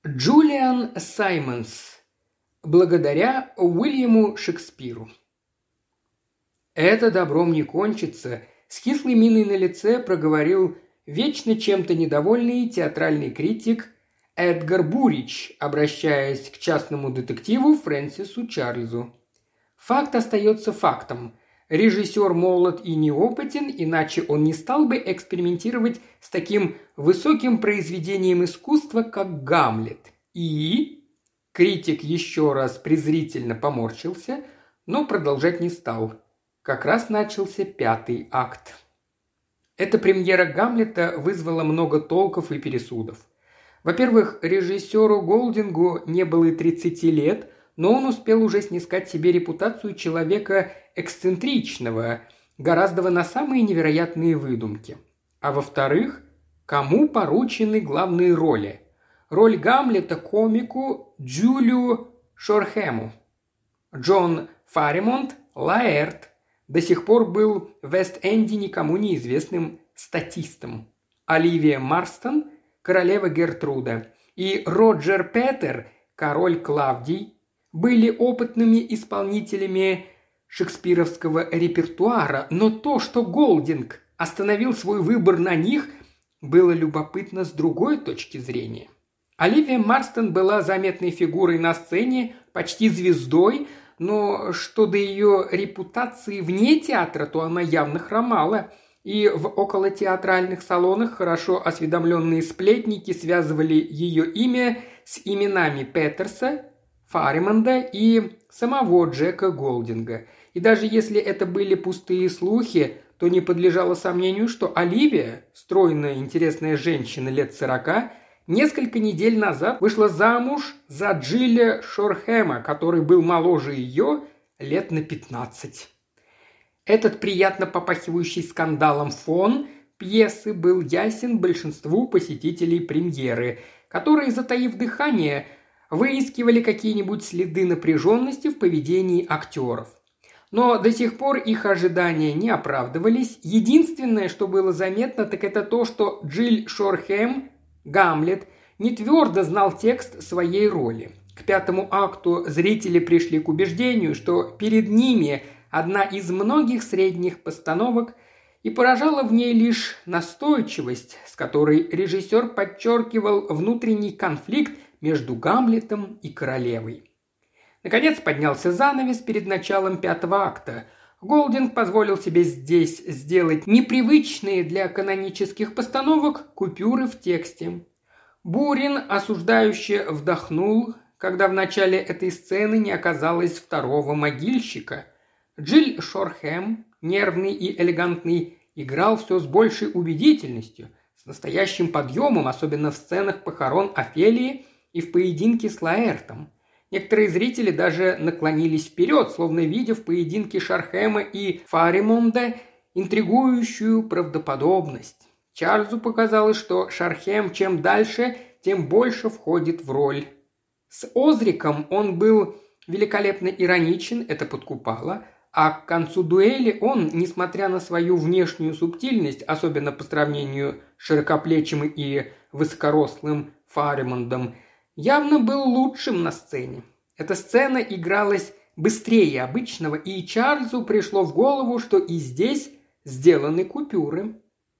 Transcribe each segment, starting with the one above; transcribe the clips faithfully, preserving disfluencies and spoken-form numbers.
Джулиан Саймонс. Благодаря Уильяму Шекспиру. «Это добром не кончится», – с кислой миной на лице проговорил вечно чем-то недовольный театральный критик Эдгар Бурич, обращаясь к частному детективу Фрэнсису Чарльзу. Факт остается фактом. Режиссер молод и неопытен, иначе он не стал бы экспериментировать с таким высоким произведением искусства, как «Гамлет». И... Критик еще раз презрительно поморщился, но продолжать не стал. Как раз начался пятый акт. Эта премьера «Гамлета» вызвала много толков и пересудов. Во-первых, режиссеру Голдингу не было и тридцати лет, но он успел уже снискать себе репутацию человека эксцентричного, гораздо на самые невероятные выдумки. А во-вторых, кому поручены главные роли? Роль Гамлета комику Джулию Шорхэму. Джон Фаримонт Лаэрт до сих пор был в Вест-Энде никому неизвестным статистом. Оливия Марстон – королева Гертруда. И Роджер Петер – король Клавдий – были опытными исполнителями шекспировского репертуара, но то, что Голдинг остановил свой выбор на них, было любопытно с другой точки зрения. Оливия Марстон была заметной фигурой на сцене, почти звездой, но что до ее репутации вне театра, то она явно хромала, и в околотеатральных салонах хорошо осведомленные сплетники связывали ее имя с именами Петерса, Фаримонда и самого Джека Голдинга. И даже если это были пустые слухи, то не подлежало сомнению, что Оливия, стройная интересная женщина лет сорока, несколько недель назад вышла замуж за Джилля Шорхэма, который был моложе ее лет на пятнадцать. Этот приятно попахивающий скандалом фон пьесы был ясен большинству посетителей премьеры, которые, затаив дыхание, выискивали какие-нибудь следы напряженности в поведении актеров. Но до сих пор их ожидания не оправдывались. Единственное, что было заметно, так это то, что Джилл Шорхэм, Гамлет, не твердо знал текст своей роли. К пятому акту зрители пришли к убеждению, что перед ними одна из многих средних постановок, и поражала в ней лишь настойчивость, с которой режиссер подчеркивал внутренний конфликт между Гамлетом и королевой. Наконец поднялся занавес перед началом пятого акта. Голдинг позволил себе здесь сделать непривычные для канонических постановок купюры в тексте. Бурин осуждающе вдохнул, когда в начале этой сцены не оказалось второго могильщика. Джилл Шорхэм, нервный и элегантный, играл все с большей убедительностью, с настоящим подъемом, особенно в сценах похорон Офелии и в поединке с Лаэртом. Некоторые зрители даже наклонились вперед, словно видя в поединке Шорхэма и Фаримонда интригующую правдоподобность. Чарльзу показалось, что Шорхэм чем дальше, тем больше входит в роль. С Озриком он был великолепно ироничен, это подкупало, а к концу дуэли он, несмотря на свою внешнюю субтильность, особенно по сравнению с широкоплечим и высокорослым Фаримондом, явно был лучшим на сцене. Эта сцена игралась быстрее обычного, и Чарльзу пришло в голову, что и здесь сделаны купюры.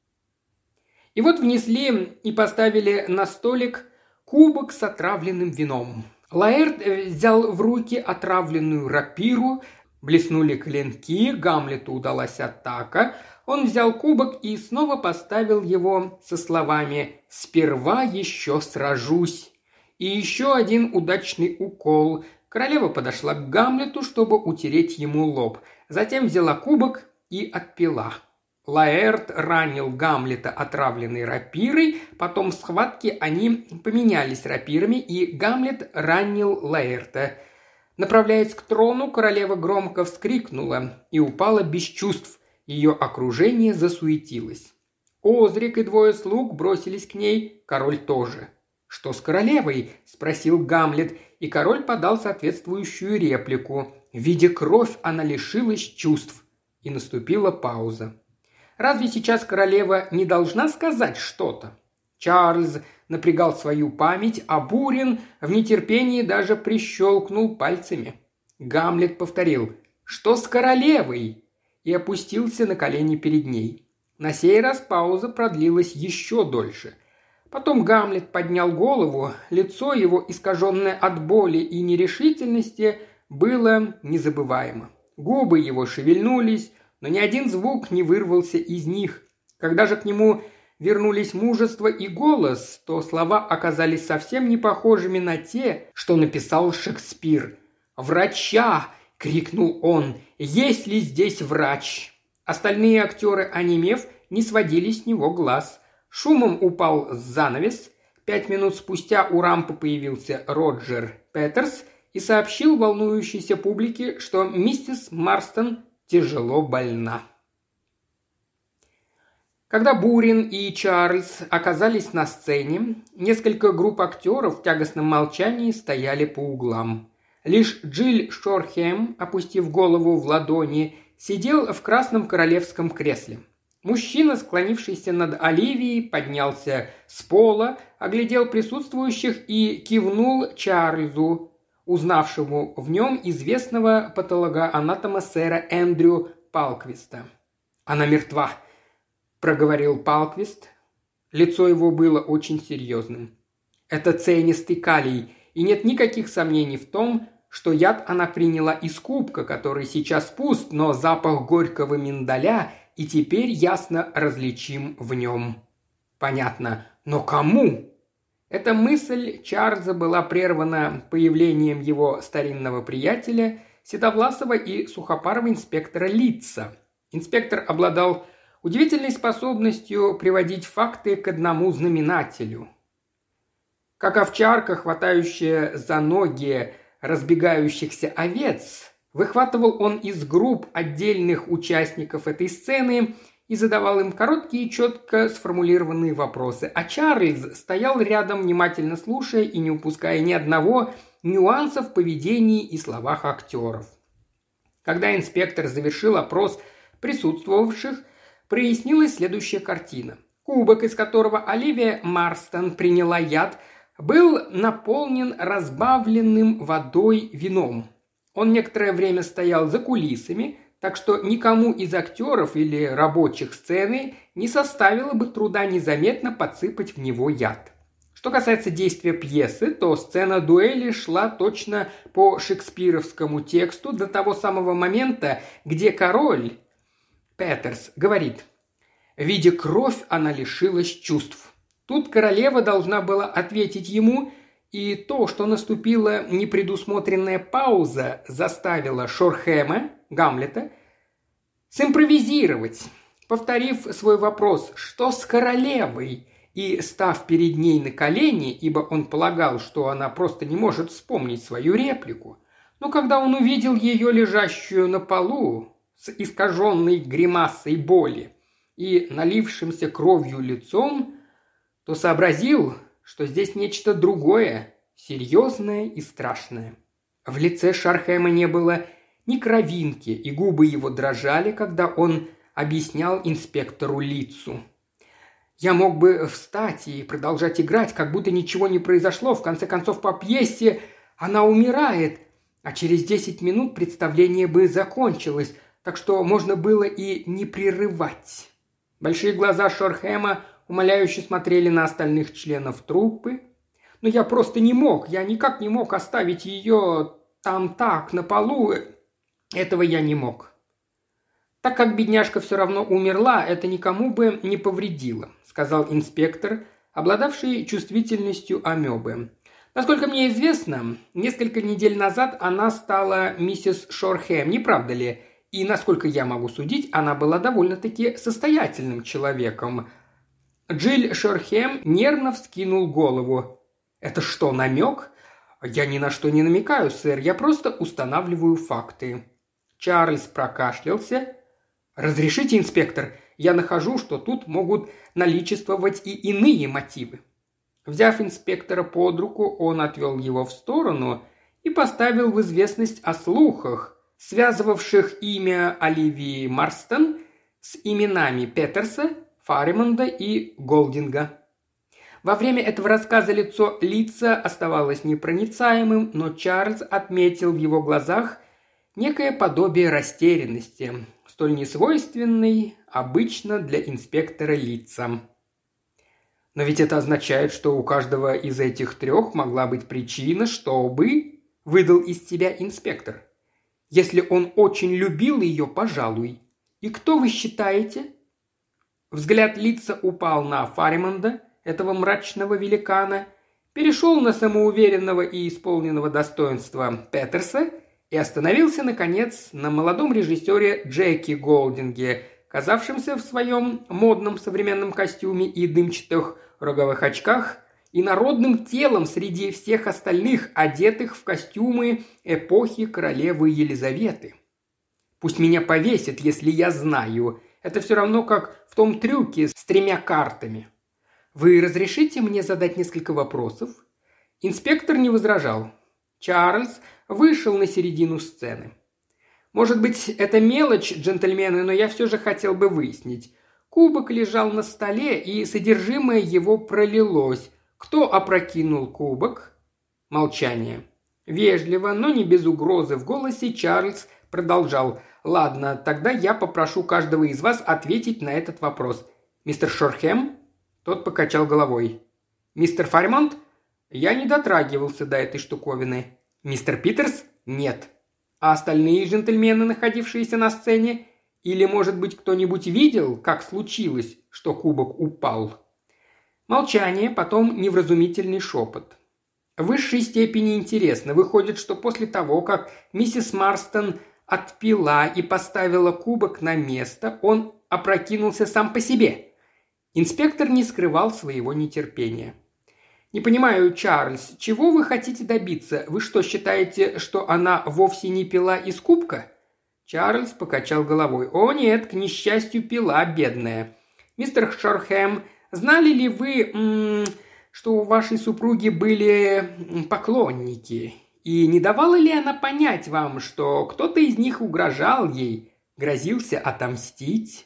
И вот внесли и поставили на столик кубок с отравленным вином. Лаэрт взял в руки отравленную рапиру, блеснули клинки, Гамлету удалась атака. Он взял кубок и снова поставил его со словами «Сперва еще сражусь». И еще один удачный укол. Королева подошла к Гамлету, чтобы утереть ему лоб. Затем взяла кубок и отпила. Лаэрт ранил Гамлета отравленной рапирой, потом в схватке они поменялись рапирами, и Гамлет ранил Лаэрта. Направляясь к трону, королева громко вскрикнула и упала без чувств. Ее окружение засуетилось. Озрик и двое слуг бросились к ней, король тоже. «Что с королевой?» – спросил Гамлет, и король подал соответствующую реплику. Видя кровь, она лишилась чувств. И наступила пауза. Разве сейчас королева не должна сказать что-то? Чарльз напрягал свою память, а Бурин в нетерпении даже прищелкнул пальцами. Гамлет повторил «Что с королевой?» и опустился на колени перед ней. На сей раз пауза продлилась еще дольше. Потом Гамлет поднял голову, лицо его, искаженное от боли и нерешительности, было незабываемо. Губы его шевельнулись, но ни один звук не вырвался из них. Когда же к нему вернулись мужество и голос, то слова оказались совсем не похожими на те, что написал Шекспир. «Врача!» – крикнул он. «Есть ли здесь врач?» Остальные актеры, онемев, не сводили с него глаз. Шумом упал занавес. Пять минут спустя у рампы появился Роджер Петерс и сообщил волнующейся публике, что миссис Марстон тяжело больна. Когда Бурин и Чарльз оказались на сцене, несколько групп актеров в тягостном молчании стояли по углам. Лишь Джилл Шорхем, опустив голову в ладони, сидел в красном королевском кресле. Мужчина, склонившийся над Оливией, поднялся с пола, оглядел присутствующих и кивнул Чарльзу, узнавшему в нем известного патологоанатома сэра Эндрю Палквиста. «Она мертва», – проговорил Палквист. Лицо его было очень серьезным. «Это цианистый калий, и нет никаких сомнений в том, что яд она приняла из кубка, который сейчас пуст, но запах горького миндаля и теперь ясно различим в нем». «Понятно. Но кому?» Эта мысль Чарльза была прервана появлением его старинного приятеля, седовласого и сухопарого инспектора Литца. Инспектор обладал удивительной способностью приводить факты к одному знаменателю. Как овчарка, хватающая за ноги разбегающихся овец, выхватывал он из групп отдельных участников этой сцены и задавал им короткие, четко сформулированные вопросы. А Чарльз стоял рядом, внимательно слушая и не упуская ни одного нюанса в поведении и словах актеров. Когда инспектор завершил опрос присутствовавших, прояснилась следующая картина. Кубок, из которого Оливия Марстон приняла яд, был наполнен разбавленным водой вином. Он некоторое время стоял за кулисами, так что никому из актеров или рабочих сцены не составило бы труда незаметно подсыпать в него яд. Что касается действия пьесы, то сцена дуэли шла точно по шекспировскому тексту до того самого момента, где король Петерс говорит: «Видя кровь, она лишилась чувств». Тут королева должна была ответить ему, и то, что наступила непредусмотренная пауза, заставило Шорхема, Гамлета, симпровизировать, повторив свой вопрос «Что с королевой?» и став перед ней на колени, ибо он полагал, что она просто не может вспомнить свою реплику. Но когда он увидел ее лежащую на полу с искаженной гримасой боли и налившимся кровью лицом, то сообразил, что здесь нечто другое, серьезное и страшное. В лице Шорхема не было ни кровинки, и губы его дрожали, когда он объяснял инспектору Литцу. «Я мог бы встать и продолжать играть, как будто ничего не произошло. В конце концов, по пьесе она умирает, а через десять минут представление бы закончилось, так что можно было и не прерывать». Большие глаза Шорхема умоляюще смотрели на остальных членов труппы. «Но я просто не мог, я никак не мог оставить ее там так, на полу. Этого я не мог». «Так как бедняжка все равно умерла, это никому бы не повредило», сказал инспектор, обладавший чувствительностью амебы. «Насколько мне известно, несколько недель назад она стала миссис Шорхем, не правда ли? И, насколько я могу судить, она была довольно-таки состоятельным человеком». Джилл Шорхем нервно вскинул голову. «Это что, намек?» «Я ни на что не намекаю, сэр, я просто устанавливаю факты». Чарльз прокашлялся. «Разрешите, инспектор, я нахожу, что тут могут наличествовать и иные мотивы». Взяв инспектора под руку, он отвел его в сторону и поставил в известность о слухах, связывавших имя Оливии Марстон с именами Петерса, Фаримонда и Голдинга. Во время этого рассказа лицо Литца оставалось непроницаемым, но Чарльз отметил в его глазах некое подобие растерянности, столь несвойственной обычно для инспектора Литца. «Но ведь это означает, что у каждого из этих трех могла быть причина, чтобы...» – выдал из себя инспектор. «Если он очень любил ее, пожалуй. И кто вы считаете?» Взгляд Литца упал на Фаримонда, этого мрачного великана, перешел на самоуверенного и исполненного достоинства Петерса и остановился, наконец, на молодом режиссере Джеки Голдинге, казавшемся в своем модном современном костюме и дымчатых роговых очках и народным телом среди всех остальных, одетых в костюмы эпохи королевы Елизаветы. «Пусть меня повесят, если я знаю. Это все равно, как в том трюке с тремя картами. Вы разрешите мне задать несколько вопросов?» Инспектор не возражал. Чарльз вышел на середину сцены. «Может быть, это мелочь, джентльмены, но я все же хотел бы выяснить. Кубок лежал на столе, и содержимое его пролилось. Кто опрокинул кубок?» Молчание. Вежливо, но не без угрозы в голосе Чарльз продолжал. «Ладно, тогда я попрошу каждого из вас ответить на этот вопрос. Мистер Шорхэм?» Тот покачал головой. «Мистер Фаримонт?» «Я не дотрагивался до этой штуковины». «Мистер Питерс?» «Нет». «А остальные джентльмены, находившиеся на сцене? Или, может быть, кто-нибудь видел, как случилось, что кубок упал?» Молчание, потом невразумительный шепот. В высшей степени интересно. Выходит, что после того, как миссис Марстон отпила и поставила кубок на место, он опрокинулся сам по себе. Инспектор не скрывал своего нетерпения. «Не понимаю, Чарльз, чего вы хотите добиться? Вы что, считаете, что она вовсе не пила из кубка?» Чарльз покачал головой. «О нет, к несчастью, пила, бедная. Мистер Шорхэм, знали ли вы, м- что у вашей супруги были поклонники? И не давала ли она понять вам, что кто-то из них угрожал ей, грозился отомстить?»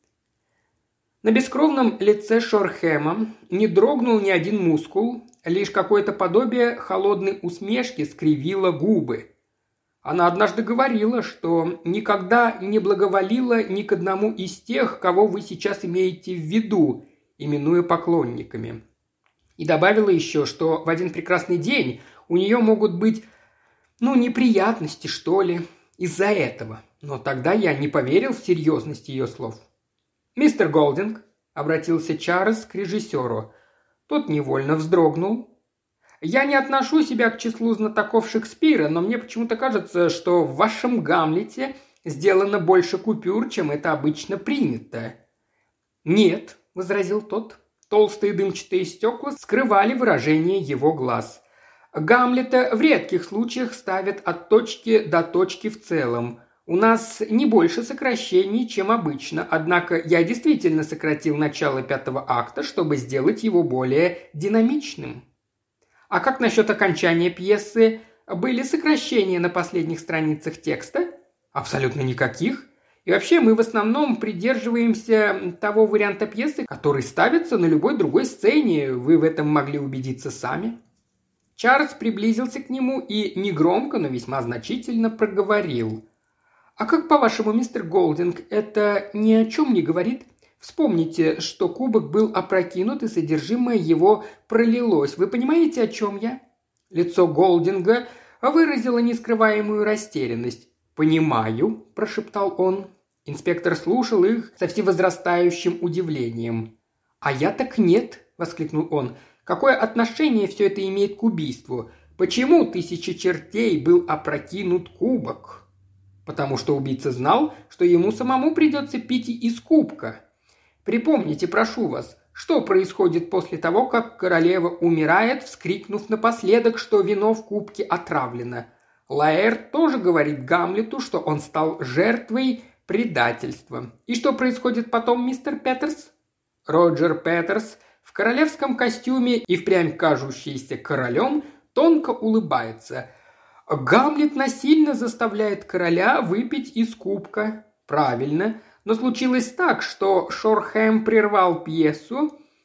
На бескровном лице Шорхэма не дрогнул ни один мускул, лишь какое-то подобие холодной усмешки скривило губы. Она однажды говорила, что никогда не благоволила ни к одному из тех, кого вы сейчас имеете в виду, именуя поклонниками. И добавила еще, что в один прекрасный день у нее могут быть, ну, неприятности, что ли, из-за этого. Но тогда я не поверил в серьезность ее слов. «Мистер Голдинг», — обратился Чарльз к режиссеру. Тот невольно вздрогнул. «Я не отношу себя к числу знатоков Шекспира, но мне почему-то кажется, что в вашем Гамлете сделано больше купюр, чем это обычно принято». «Нет», — возразил тот. Толстые дымчатые стекла скрывали выражение его глаз. «Гамлета в редких случаях ставят от точки до точки в целом. У нас не больше сокращений, чем обычно, однако я действительно сократил начало пятого акта, чтобы сделать его более динамичным». «А как насчет окончания пьесы? Были сокращения на последних страницах текста?» «Абсолютно никаких. И вообще мы в основном придерживаемся того варианта пьесы, который ставится на любой другой сцене. Вы в этом могли убедиться сами». Чарльз приблизился к нему и негромко, но весьма значительно проговорил. «А как, по-вашему, мистер Голдинг, это ни о чем не говорит? Вспомните, что кубок был опрокинут, и содержимое его пролилось. Вы понимаете, о чем я?» Лицо Голдинга выразило нескрываемую растерянность. «Понимаю», – прошептал он. Инспектор слушал их со всевозрастающим удивлением. «А я так нет», – воскликнул он. «Какое отношение все это имеет к убийству? Почему тысячи чертей был опрокинут кубок?» «Потому что убийца знал, что ему самому придется пить из кубка. Припомните, прошу вас, что происходит после того, как королева умирает, вскрикнув напоследок, что вино в кубке отравлено. Лаэрт тоже говорит Гамлету, что он стал жертвой предательства. И что происходит потом, мистер Петерс?» Роджер Петерс в королевском костюме и впрямь кажущийся королем тонко улыбается. «Гамлет насильно заставляет короля выпить из кубка». «Правильно. Но случилось так, что Шорхэм прервал пьесу,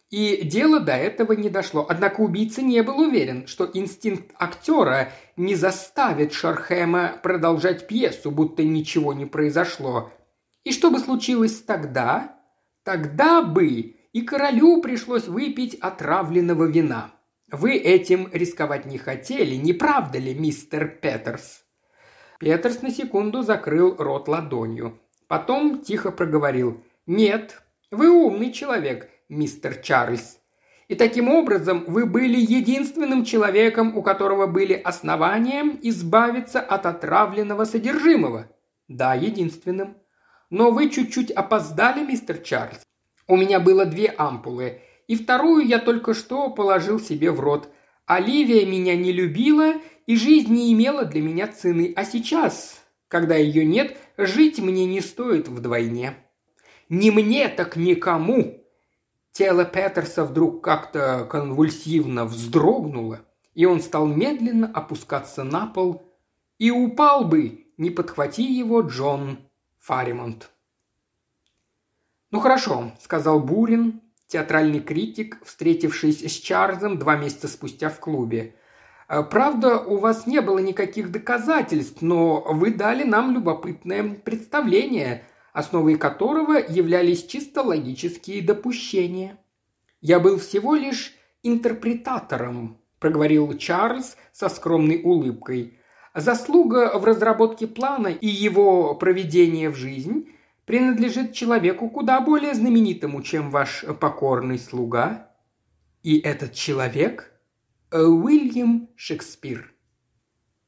И дело до этого не дошло. Однако убийца не был уверен, что инстинкт актера не заставит Шархэма продолжать пьесу, будто ничего не произошло. И что бы случилось тогда? Тогда бы и королю пришлось выпить отравленного вина. Вы этим рисковать не хотели, не правда ли, мистер Петерс?» Петерс на секунду закрыл рот ладонью. Потом тихо проговорил: «Нет, вы умный человек, мистер Чарльз. И таким образом вы были единственным человеком, у которого были основания избавиться от отравленного содержимого». «Да, единственным. Но вы чуть-чуть опоздали, мистер Чарльз. У меня было две ампулы, и вторую я только что положил себе в рот. Оливия меня не любила, и жизнь не имела для меня цены. А сейчас, когда ее нет, жить мне не стоит вдвойне». «Не мне, так никому!» Тело Петерса вдруг как-то конвульсивно вздрогнуло, и он стал медленно опускаться на пол, и упал бы, не подхвати его Джон Фаримонт. «Ну хорошо», — сказал Бурин, театральный критик, встретившись с Чарльзом два месяца спустя в клубе. «Правда, у вас не было никаких доказательств, но вы дали нам любопытное представление, основой которого являлись чисто логические допущения». «Я был всего лишь интерпретатором», – проговорил Чарльз со скромной улыбкой. «Заслуга в разработке плана и его проведение в жизнь принадлежит человеку куда более знаменитому, чем ваш покорный слуга». «И этот человек – Уильям Шекспир».